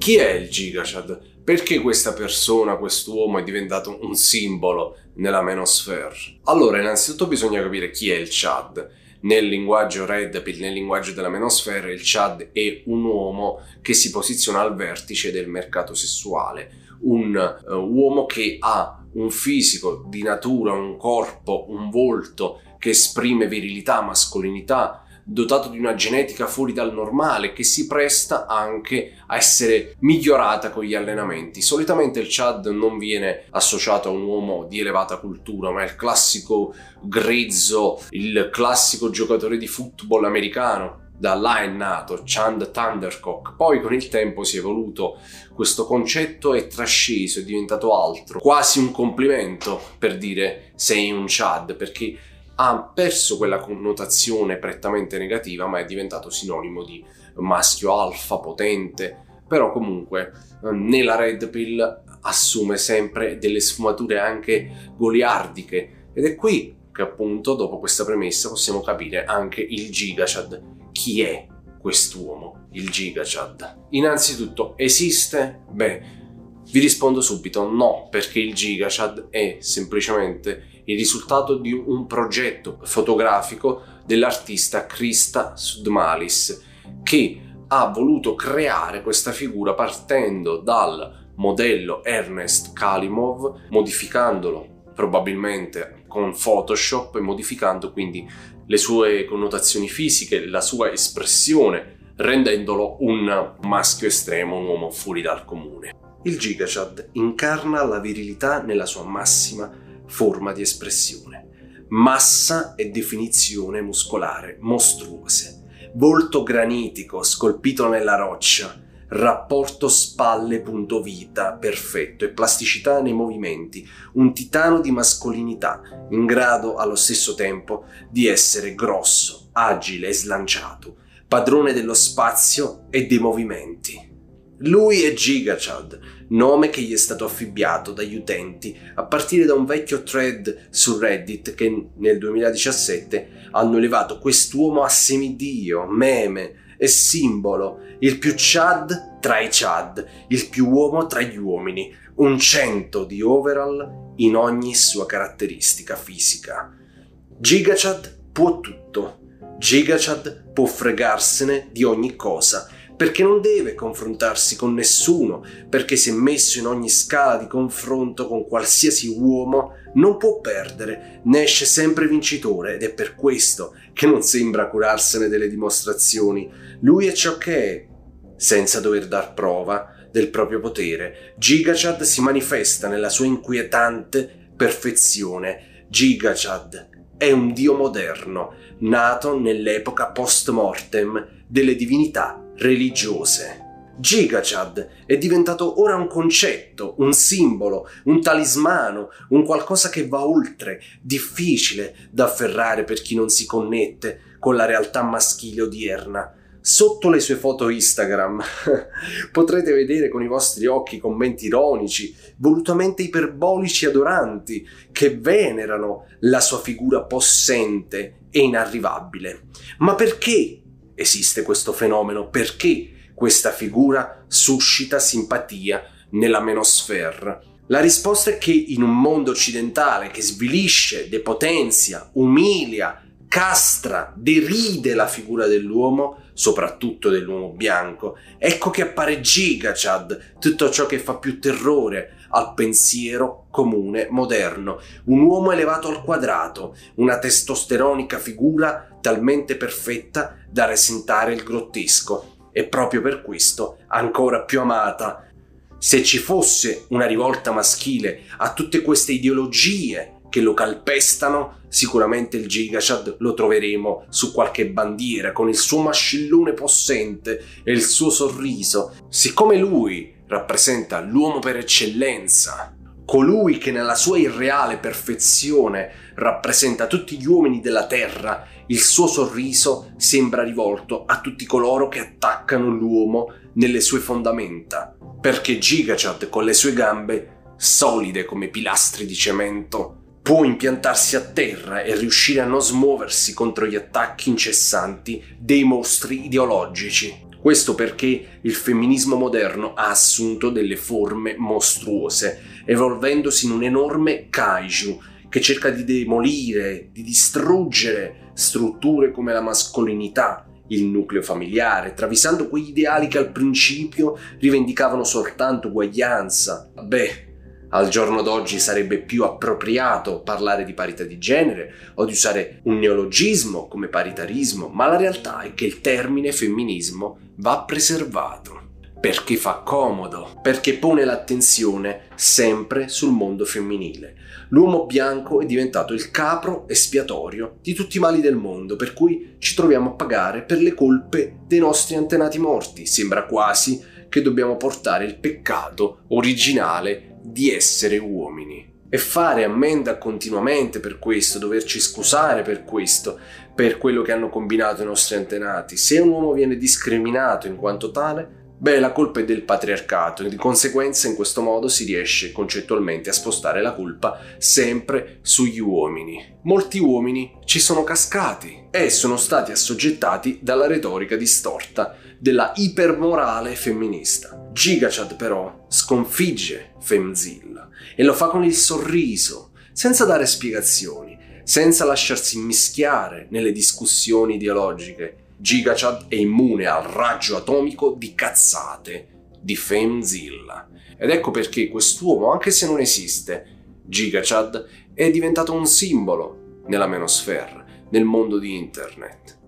Chi è il Gigachad? Perché questa persona, quest'uomo è diventato un simbolo nella Manosphere? Allora, innanzitutto bisogna capire chi è il Chad. Nel linguaggio Red Pill, nel linguaggio della Manosphere, il Chad è un uomo che si posiziona al vertice del mercato sessuale, un uomo che ha un fisico di natura, un corpo, un volto che esprime virilità, mascolinità, dotato di una genetica fuori dal normale, che si presta anche a essere migliorata con gli allenamenti. Solitamente il Chad non viene associato a un uomo di elevata cultura, ma è il classico grezzo, il classico giocatore di football americano. Da là è nato Chad Thundercock. Poi con il tempo si è evoluto questo concetto, è trasceso, è diventato altro, quasi un complimento per dire sei un Chad, perché ha perso quella connotazione prettamente negativa, ma è diventato sinonimo di maschio alfa, potente. Però comunque nella Red Pill assume sempre delle sfumature anche goliardiche, ed è qui che appunto dopo questa premessa possiamo capire anche il Gigachad. Chi è quest'uomo, il Gigachad? Innanzitutto, esiste? Beh, vi rispondo subito no, perché il Gigachad è semplicemente il risultato di un progetto fotografico dell'artista Krista Sudmalis, che ha voluto creare questa figura partendo dal modello Ernest Kalimov, modificandolo probabilmente con Photoshop e modificando quindi le sue connotazioni fisiche, la sua espressione, rendendolo un maschio estremo, un uomo fuori dal comune. Il Gigachad incarna la virilità nella sua massima forma di espressione, massa e definizione muscolare mostruose, volto granitico scolpito nella roccia, rapporto spalle-punto vita perfetto e plasticità nei movimenti, un titano di mascolinità in grado allo stesso tempo di essere grosso, agile e slanciato, padrone dello spazio e dei movimenti. Lui è Gigachad, nome che gli è stato affibbiato dagli utenti a partire da un vecchio thread su Reddit che nel 2017 hanno elevato quest'uomo a semidio, meme e simbolo, il più Chad tra i Chad, il più uomo tra gli uomini, un 100 di overall in ogni sua caratteristica fisica. Gigachad può tutto, Gigachad può fregarsene di ogni cosa, perché non deve confrontarsi con nessuno, perché se messo in ogni scala di confronto con qualsiasi uomo non può perdere, ne esce sempre vincitore, ed è per questo che non sembra curarsene delle dimostrazioni. Lui è ciò che è, senza dover dar prova del proprio potere. Gigachad si manifesta nella sua inquietante perfezione. Gigachad è un dio moderno, nato nell'epoca post-mortem delle divinità religiose. Gigachad è diventato ora un concetto, un simbolo, un talismano, un qualcosa che va oltre, difficile da afferrare per chi non si connette con la realtà maschile odierna. Sotto le sue foto Instagram potrete vedere con i vostri occhi commenti ironici, volutamente iperbolici e adoranti, che venerano la sua figura possente e inarrivabile. Ma perché esiste questo fenomeno? Perché questa figura suscita simpatia nella Manosphere? La risposta è che in un mondo occidentale che svilisce, depotenzia, umilia, castra, deride la figura dell'uomo, soprattutto dell'uomo bianco, ecco che appare Gigachad, tutto ciò che fa più terrore al pensiero comune moderno, un uomo elevato al quadrato, una testosteronica figura talmente perfetta da rasentare il grottesco, e proprio per questo ancora più amata. Se ci fosse una rivolta maschile a tutte queste ideologie che lo calpestano, sicuramente il Gigachad lo troveremo su qualche bandiera con il suo mascellone possente e il suo sorriso. Siccome lui rappresenta l'uomo per eccellenza, colui che nella sua irreale perfezione rappresenta tutti gli uomini della terra, il suo sorriso sembra rivolto a tutti coloro che attaccano l'uomo nelle sue fondamenta, perché Gigachad con le sue gambe, solide come pilastri di cemento, può impiantarsi a terra e riuscire a non smuoversi contro gli attacchi incessanti dei mostri ideologici. Questo perché il femminismo moderno ha assunto delle forme mostruose, evolvendosi in un enorme kaiju che cerca di demolire, di distruggere strutture come la mascolinità, il nucleo familiare, travisando quegli ideali che al principio rivendicavano soltanto uguaglianza. Al giorno d'oggi sarebbe più appropriato parlare di parità di genere o di usare un neologismo come paritarismo, ma la realtà è che il termine femminismo va preservato. Perché fa comodo, perché pone l'attenzione sempre sul mondo femminile. L'uomo bianco è diventato il capro espiatorio di tutti i mali del mondo, per cui ci troviamo a pagare per le colpe dei nostri antenati morti. Sembra quasi che dobbiamo portare il peccato originale di essere uomini e fare ammenda continuamente per questo, doverci scusare per questo, per quello che hanno combinato i nostri antenati. Se un uomo viene discriminato in quanto tale, la colpa è del patriarcato e di conseguenza in questo modo si riesce concettualmente a spostare la colpa sempre sugli uomini. Molti uomini ci sono cascati e sono stati assoggettati dalla retorica distorta della ipermorale femminista. GigaChad però sconfigge Femzilla e lo fa con il sorriso, senza dare spiegazioni, senza lasciarsi immischiare nelle discussioni ideologiche. GigaChad è immune al raggio atomico di cazzate di Femzilla. Ed ecco perché quest'uomo, anche se non esiste, GigaChad è diventato un simbolo nella manosphere, nel mondo di internet.